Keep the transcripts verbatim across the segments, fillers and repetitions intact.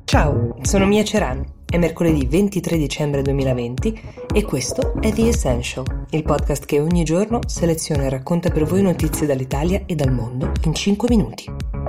Ciao, sono Mia Ceran. È mercoledì ventitré dicembre duemilaventi e questo è The Essential, il podcast che ogni giorno seleziona e racconta per voi notizie dall'Italia e dal mondo in cinque minuti.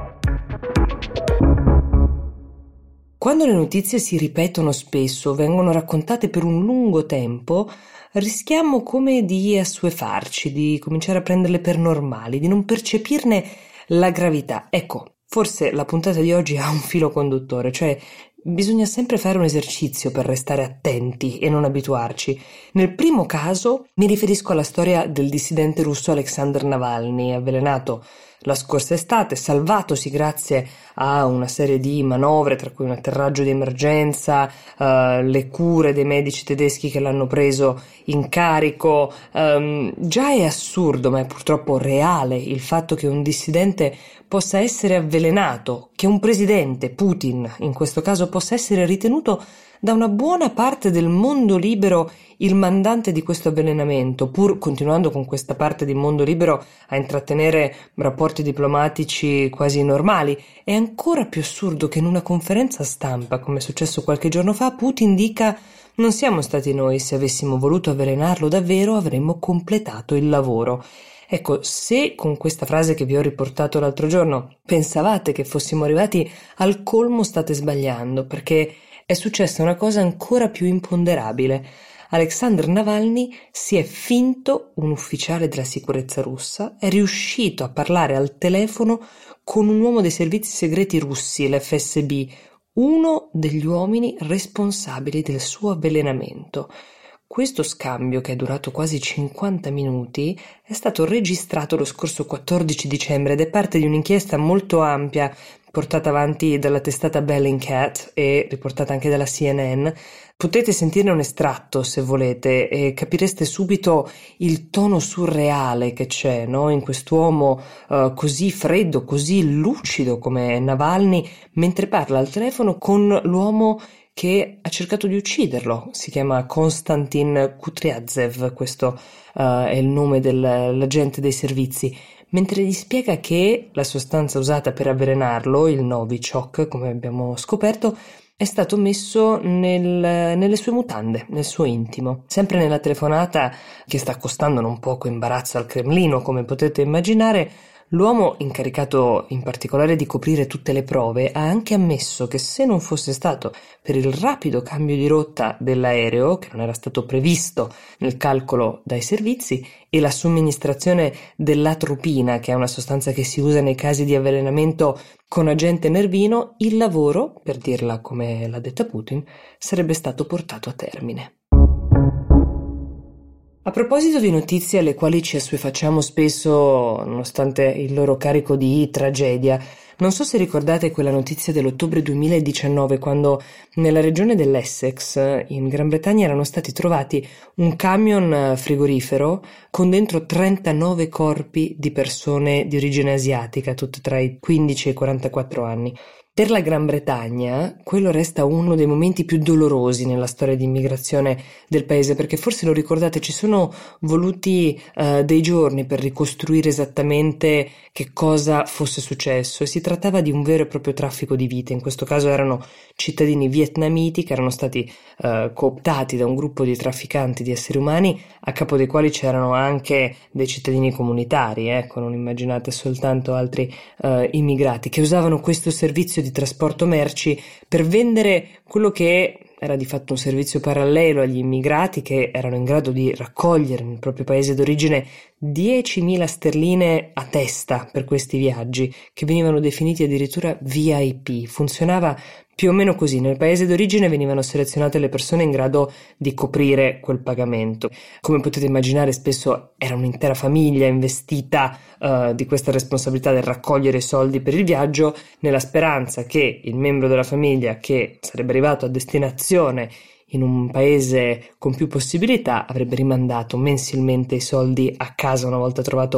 Quando le notizie si ripetono spesso, vengono raccontate per un lungo tempo, rischiamo come di assuefarci, di cominciare a prenderle per normali, di non percepirne la gravità. Ecco, forse la puntata di oggi ha un filo conduttore, cioè bisogna sempre fare un esercizio per restare attenti e non abituarci. Nel primo caso mi riferisco alla storia del dissidente russo Alexander Navalny, avvelenato la scorsa estate, salvatosi grazie a una serie di manovre, tra cui un atterraggio di emergenza, uh, le cure dei medici tedeschi che l'hanno preso in carico. Um, già è assurdo, ma è purtroppo reale, il fatto che un dissidente possa essere avvelenato, che un presidente, Putin in questo caso, possa essere ritenuto da una buona parte del mondo libero il mandante di questo avvelenamento, pur continuando con questa parte di mondo libero a intrattenere rapporti diplomatici quasi normali. È ancora più assurdo che in una conferenza stampa, come è successo qualche giorno fa, Putin dica: non siamo stati noi, se avessimo voluto avvelenarlo davvero avremmo completato il lavoro. Ecco, se con questa frase che vi ho riportato l'altro giorno pensavate che fossimo arrivati al colmo, state sbagliando, perché è successa una cosa ancora più imponderabile. Alexander Navalny si è finto un ufficiale della sicurezza russa, è riuscito a parlare al telefono con un uomo dei servizi segreti russi, l'F S B, uno degli uomini responsabili del suo avvelenamento. Questo scambio, che è durato quasi cinquanta minuti, è stato registrato lo scorso quattordici dicembre ed è parte di un'inchiesta molto ampia portata avanti dalla testata Bellingcat e riportata anche dalla C N N. Potete sentirne un estratto se volete e capireste subito il tono surreale che c'è, no? In quest'uomo uh, così freddo, così lucido come Navalny, mentre parla al telefono con l'uomo che ha cercato di ucciderlo. Si chiama Konstantin Kutryadzev, questo uh, è il nome dell'agente dei servizi, mentre gli spiega che la sostanza usata per avvelenarlo, il Novichok, come abbiamo scoperto, è stato messo nel, nelle sue mutande, nel suo intimo. Sempre nella telefonata, che sta costando non poco imbarazzo al Cremlino, come potete immaginare, l'uomo incaricato in particolare di coprire tutte le prove ha anche ammesso che se non fosse stato per il rapido cambio di rotta dell'aereo, che non era stato previsto nel calcolo dai servizi, e la somministrazione dell'atropina, che è una sostanza che si usa nei casi di avvelenamento con agente nervino, il lavoro, per dirla come l'ha detta Putin, sarebbe stato portato a termine. A proposito di notizie alle quali ci assuefacciamo spesso, nonostante il loro carico di tragedia, non so se ricordate quella notizia dell'ottobre duemiladiciannove, quando nella regione dell'Essex, in Gran Bretagna, erano stati trovati un camion frigorifero con dentro trentanove corpi di persone di origine asiatica, tutte tra i quindici e i quarantaquattro anni. Per la Gran Bretagna quello resta uno dei momenti più dolorosi nella storia di immigrazione del paese, perché forse lo ricordate, ci sono voluti uh, dei giorni per ricostruire esattamente che cosa fosse successo, e si trattava di un vero e proprio traffico di vite. In questo caso erano cittadini vietnamiti che erano stati uh, cooptati da un gruppo di trafficanti di esseri umani, a capo dei quali c'erano anche dei cittadini comunitari, ecco, non immaginate soltanto altri uh, immigrati che usavano questo servizio di di trasporto merci per vendere quello che era di fatto un servizio parallelo agli immigrati, che erano in grado di raccogliere nel proprio paese d'origine diecimila sterline a testa per questi viaggi, che venivano definiti addirittura V I P. Funzionava più o meno così: nel paese d'origine venivano selezionate le persone in grado di coprire quel pagamento. Come potete immaginare, spesso era un'intera famiglia investita uh, di questa responsabilità del raccogliere i soldi per il viaggio, nella speranza che il membro della famiglia che sarebbe arrivato a destinazione in un paese con più possibilità avrebbe rimandato mensilmente i soldi a casa una volta trovato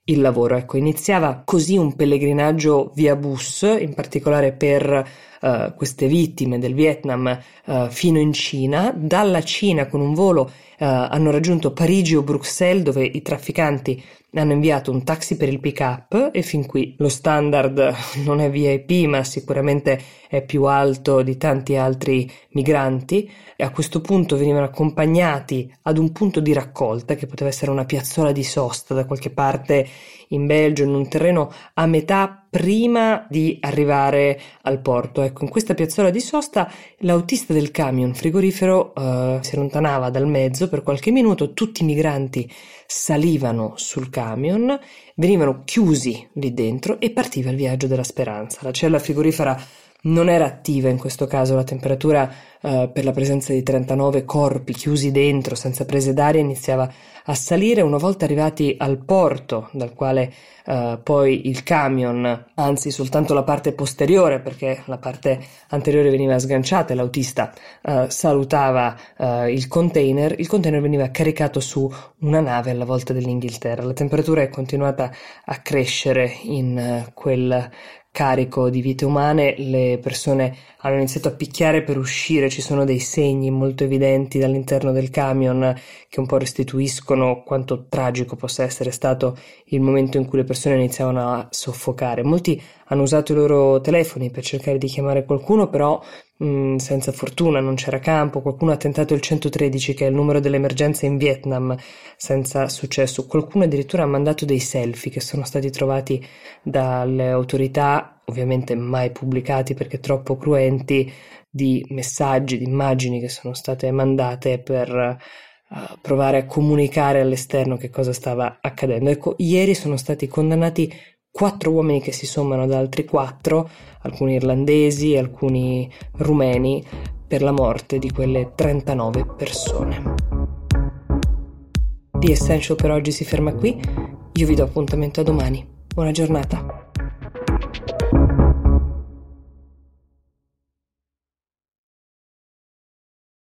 il lavoro. Ecco, iniziava così un pellegrinaggio via bus, in particolare per uh, queste vittime del Vietnam, uh, fino in Cina. Dalla Cina con un volo uh, hanno raggiunto Parigi o Bruxelles, dove i trafficanti hanno inviato un taxi per il pick-up, e fin qui lo standard non è V I P, ma sicuramente è più alto di tanti altri migranti. E a questo punto venivano accompagnati ad un punto di raccolta, che poteva essere una piazzola di sosta da qualche parte in Belgio, in un terreno a metà prima di arrivare al porto. Ecco, in questa piazzola di sosta l'autista del camion frigorifero uh, si allontanava dal mezzo per qualche minuto, tutti i migranti salivano sul camion, venivano chiusi lì dentro e partiva il viaggio della speranza. La cella frigorifera non era attiva in questo caso, la temperatura uh, per la presenza di trentanove corpi chiusi dentro senza prese d'aria iniziava a salire. Una volta arrivati al porto, dal quale uh, poi il camion, anzi soltanto la parte posteriore, perché la parte anteriore veniva sganciata e l'autista uh, salutava uh, il container, il container veniva caricato su una nave alla volta dell'Inghilterra. La temperatura è continuata a crescere in uh, quel carico di vite umane, le persone hanno iniziato a picchiare per uscire, ci sono dei segni molto evidenti dall'interno del camion che un po' restituiscono quanto tragico possa essere stato il momento in cui le persone iniziavano a soffocare. Molti hanno usato i loro telefoni per cercare di chiamare qualcuno, però mh, senza fortuna, non c'era campo. Qualcuno ha tentato il centotredici, che è il numero dell'emergenza in Vietnam, senza successo. Qualcuno addirittura ha mandato dei selfie che sono stati trovati dalle autorità, ovviamente mai pubblicati perché troppo cruenti, di messaggi, di immagini che sono state mandate per uh, provare a comunicare all'esterno che cosa stava accadendo. Ecco, ieri sono stati condannati quattro uomini che si sommano ad altri quattro, alcuni irlandesi, alcuni rumeni, per la morte di quelle trentanove persone. The Essential per oggi si ferma qui, io vi do appuntamento a domani. Buona giornata.